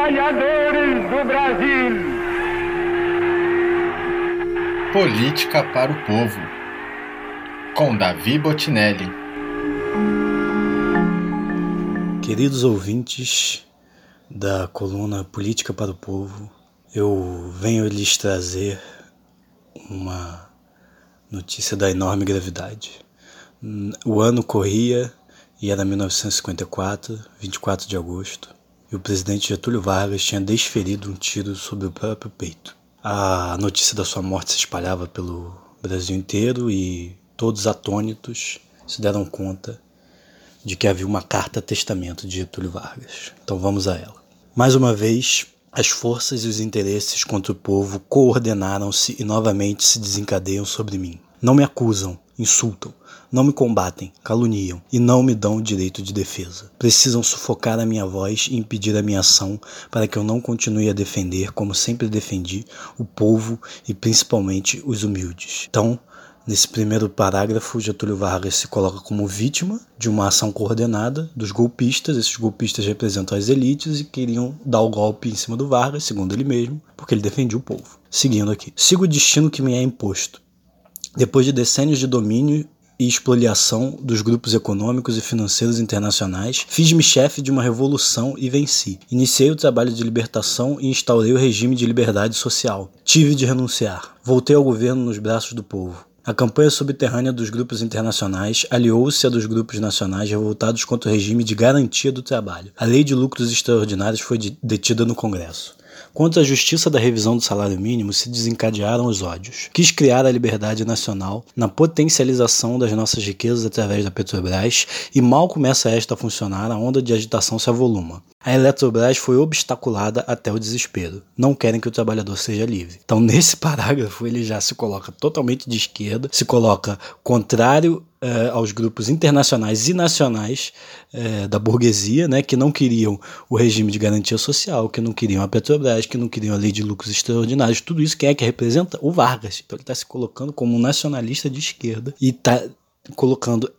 trabalhadores do Brasil. Política para o Povo, com Davi Bottinelli. Queridos ouvintes da coluna Política para o Povo, eu venho lhes trazer uma notícia da enorme gravidade. O ano corria e era 1954, 24 de agosto, e o presidente Getúlio Vargas tinha desferido um tiro sobre o próprio peito. A notícia da sua morte se espalhava pelo Brasil inteiro e todos atônitos se deram conta de que havia uma carta-testamento de Getúlio Vargas. Então vamos a ela. Mais uma vez, as forças e os interesses contra o povo coordenaram-se e novamente se desencadeiam sobre mim. Não me acusam, insultam, não me combatem, caluniam e não me dão o direito de defesa. Precisam sufocar a minha voz e impedir a minha ação para que eu não continue a defender, como sempre defendi, o povo e principalmente os humildes. Então, nesse primeiro parágrafo, Getúlio Vargas se coloca como vítima de uma ação coordenada dos golpistas. Esses golpistas representam as elites e queriam dar o golpe em cima do Vargas, segundo ele mesmo, porque ele defendia o povo. Seguindo aqui. Sigo o destino que me é imposto. Depois de decênios de domínio e expoliação dos grupos econômicos e financeiros internacionais, fiz-me chefe de uma revolução e venci. Iniciei o trabalho de libertação e instaurei o regime de liberdade social. Tive de renunciar. Voltei ao governo nos braços do povo. A campanha subterrânea dos grupos internacionais aliou-se a dos grupos nacionais revoltados contra o regime de garantia do trabalho. A lei de lucros extraordinários foi detida no Congresso. Contra a justiça da revisão do salário mínimo se desencadearam os ódios. Quis criar a liberdade nacional na potencialização das nossas riquezas através da Petrobras e mal começa esta a funcionar, a onda de agitação se avoluma. A Eletrobras foi obstaculada até o desespero. Não querem que o trabalhador seja livre. Então, nesse parágrafo, ele já se coloca totalmente de esquerda, se coloca contrário aos grupos internacionais e nacionais da burguesia, né, que não queriam o regime de garantia social, que não queriam a Petrobras, que não queriam a lei de lucros extraordinários. Tudo isso quem é que representa? O Vargas. Então, ele está se colocando como um nacionalista de esquerda e está colocando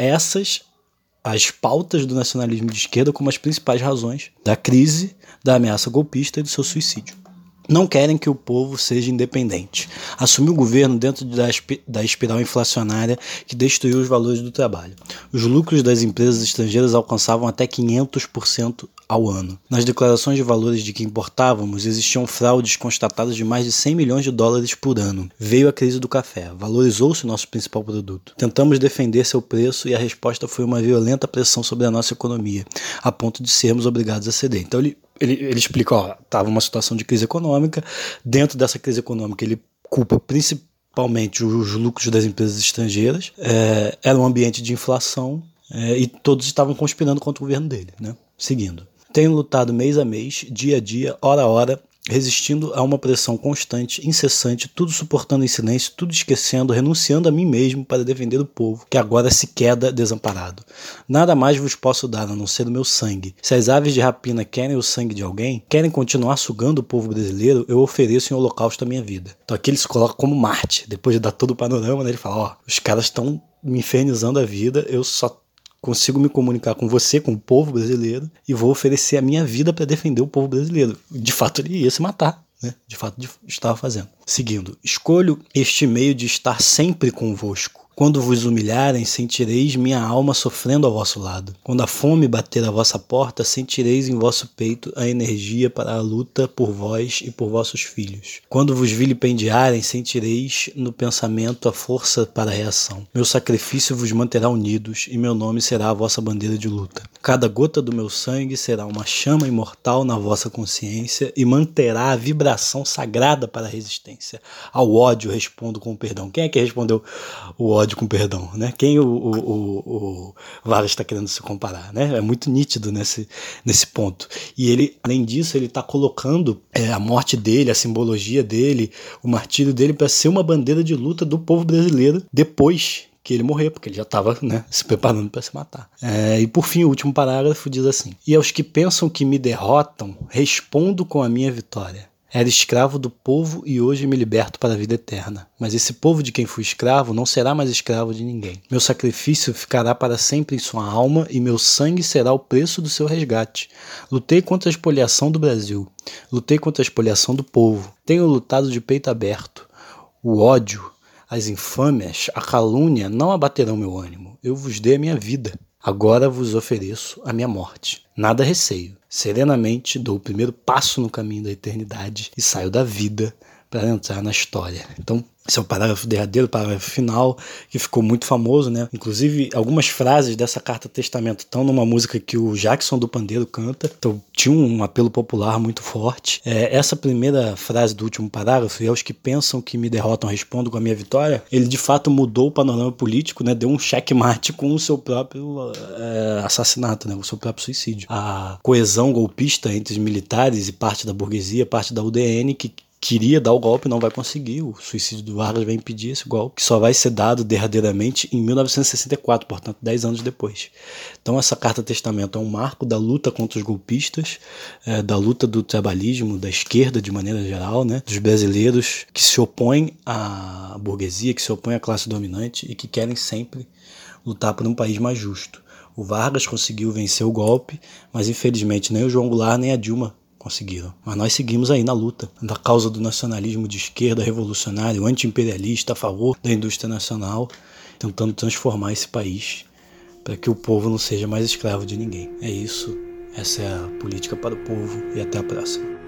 as pautas do nacionalismo de esquerda como as principais razões da crise, da ameaça golpista e do seu suicídio. Não querem que o povo seja independente. Assumiu o governo dentro da espiral inflacionária que destruiu os valores do trabalho. Os lucros das empresas estrangeiras alcançavam até 500% ao ano. Nas declarações de valores de que importávamos, existiam fraudes constatadas de mais de 100 milhões de dólares por ano. Veio a crise do café. Valorizou-se o nosso principal produto. Tentamos defender seu preço e a resposta foi uma violenta pressão sobre a nossa economia, a ponto de sermos obrigados a ceder. Então ele explica, estava uma situação de crise econômica. Dentro dessa crise econômica, ele culpa principalmente os lucros das empresas estrangeiras. Era um ambiente de inflação e todos estavam conspirando contra o governo dele, né? Seguindo. Tenho lutado mês a mês, dia a dia, hora a hora, resistindo a uma pressão constante, incessante, tudo suportando em silêncio, tudo esquecendo, renunciando a mim mesmo para defender o povo, que agora se queda desamparado. Nada mais vos posso dar, a não ser o meu sangue. Se as aves de rapina querem o sangue de alguém, querem continuar sugando o povo brasileiro, eu ofereço em holocausto a minha vida. Então aqui ele se coloca como Marte. Depois de dar todo o panorama, né, ele fala, os caras estão me infernizando a vida, eu só consigo me comunicar com você, com o povo brasileiro, e vou oferecer a minha vida para defender o povo brasileiro. De fato, ele ia se matar, né? De fato, estava fazendo. Seguindo. Escolho este meio de estar sempre convosco. Quando vos humilharem, sentireis minha alma sofrendo ao vosso lado. Quando a fome bater à vossa porta, sentireis em vosso peito a energia para a luta por vós e por vossos filhos. Quando vos vilipendiarem, sentireis no pensamento a força para a reação. Meu sacrifício vos manterá unidos e meu nome será a vossa bandeira de luta. Cada gota do meu sangue será uma chama imortal na vossa consciência e manterá a vibração sagrada para a resistência. Ao ódio respondo com perdão. Quem é que respondeu o ódio com perdão, né? Quem o Vargas está querendo se comparar, né? É muito nítido nesse ponto. E ele, além disso, ele está colocando a morte dele, a simbologia dele, o martírio dele para ser uma bandeira de luta do povo brasileiro depois que ele morrer, porque ele já estava, né, se preparando para se matar. E por fim, o último parágrafo diz assim: e aos que pensam que me derrotam, respondo com a minha vitória. Era escravo do povo e hoje me liberto para a vida eterna. Mas esse povo de quem fui escravo não será mais escravo de ninguém. Meu sacrifício ficará para sempre em sua alma e meu sangue será o preço do seu resgate. Lutei contra a expoliação do Brasil. Lutei contra a expoliação do povo. Tenho lutado de peito aberto. O ódio, as infâmias, a calúnia não abaterão meu ânimo. Eu vos dei a minha vida. Agora vos ofereço a minha morte. Nada receio. Serenamente dou o primeiro passo no caminho da eternidade e saio da vida para entrar na história. Então, esse é o parágrafo derradeiro, o parágrafo final, que ficou muito famoso, né? Inclusive, algumas frases dessa carta testamento estão numa música que o Jackson do Pandeiro canta, então tinha um apelo popular muito forte. Essa primeira frase do último parágrafo, e aos que pensam que me derrotam respondo com a minha vitória, ele de fato mudou o panorama político, né? Deu um checkmate com o seu próprio assassinato, né? O seu próprio suicídio. A coesão golpista entre os militares e parte da burguesia, parte da UDN, que queria dar o golpe, não vai conseguir. O suicídio do Vargas vai impedir esse golpe, que só vai ser dado derradeiramente em 1964, portanto 10 anos depois. Então essa carta testamento é um marco da luta contra os golpistas, da luta do trabalhismo, da esquerda de maneira geral, né, dos brasileiros que se opõem à burguesia, que se opõem à classe dominante e que querem sempre lutar por um país mais justo. O Vargas conseguiu vencer o golpe, mas infelizmente nem o João Goulart nem a Dilma conseguiram. Mas nós seguimos aí na luta da causa do nacionalismo de esquerda revolucionário, anti-imperialista, a favor da indústria nacional, tentando transformar esse país para que o povo não seja mais escravo de ninguém. É isso, essa é a política para o povo e até a próxima.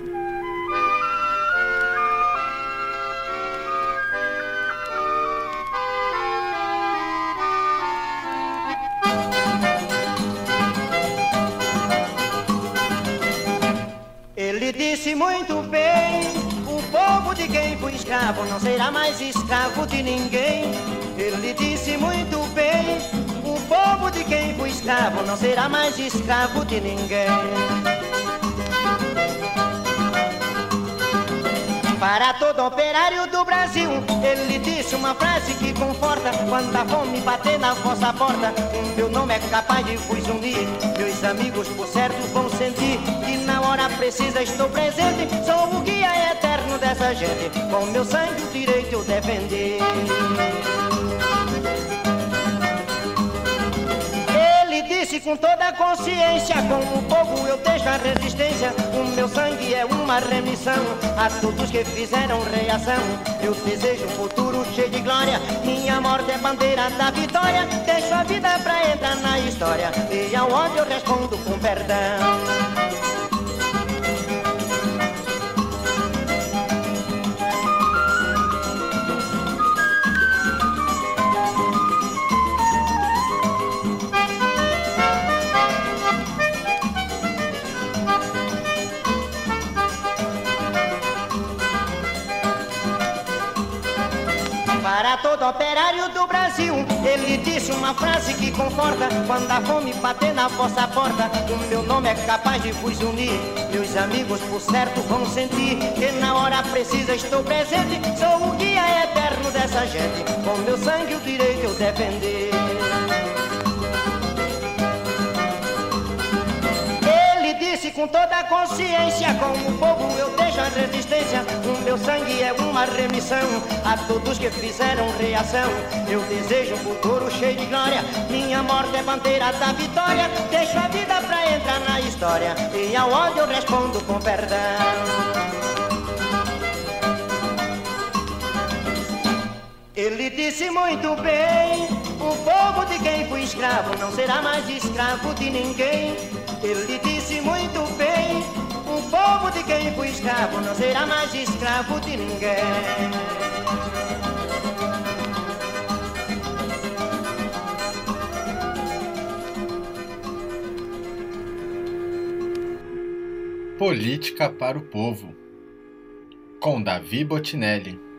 Ele disse muito bem, o povo de quem foi escravo não será mais escravo de ninguém. Ele disse muito bem, o povo de quem foi escravo não será mais escravo de ninguém. Para todo operário do Brasil, ele disse uma frase que conforta. Quando a fome bater na vossa porta, meu nome é capaz de vos unir. Meus amigos por certo vão sentir que na hora precisa estou presente. Sou o guia eterno dessa gente, com meu sangue o direito eu defender. Ele disse com toda a consciência, com o povo eu deixo a resistência. O meu sangue é uma remissão a todos que fizeram reação. Eu desejo um futuro cheio de glória, minha morte é bandeira da vitória. Deixo a vida pra entrar na história e ao ódio eu respondo com perdão. Para todo operário do Brasil, ele disse uma frase que conforta. Quando a fome bater na vossa porta, o meu nome é capaz de vos unir. Meus amigos por certo vão sentir que na hora precisa estou presente. Sou o guia eterno dessa gente, com meu sangue o direito eu defender. Disse com toda a consciência, com o povo eu deixo a resistência. O meu sangue é uma remissão a todos que fizeram reação. Eu desejo um futuro cheio de glória, minha morte é bandeira da vitória. Deixo a vida pra entrar na história e ao ódio eu respondo com perdão. Ele disse muito bem, o povo de quem foi escravo não será mais escravo de ninguém. Ele disse muito bem, o povo de quem foi escravo não será mais escravo de ninguém. Política para o Povo, com Davi Botinelli.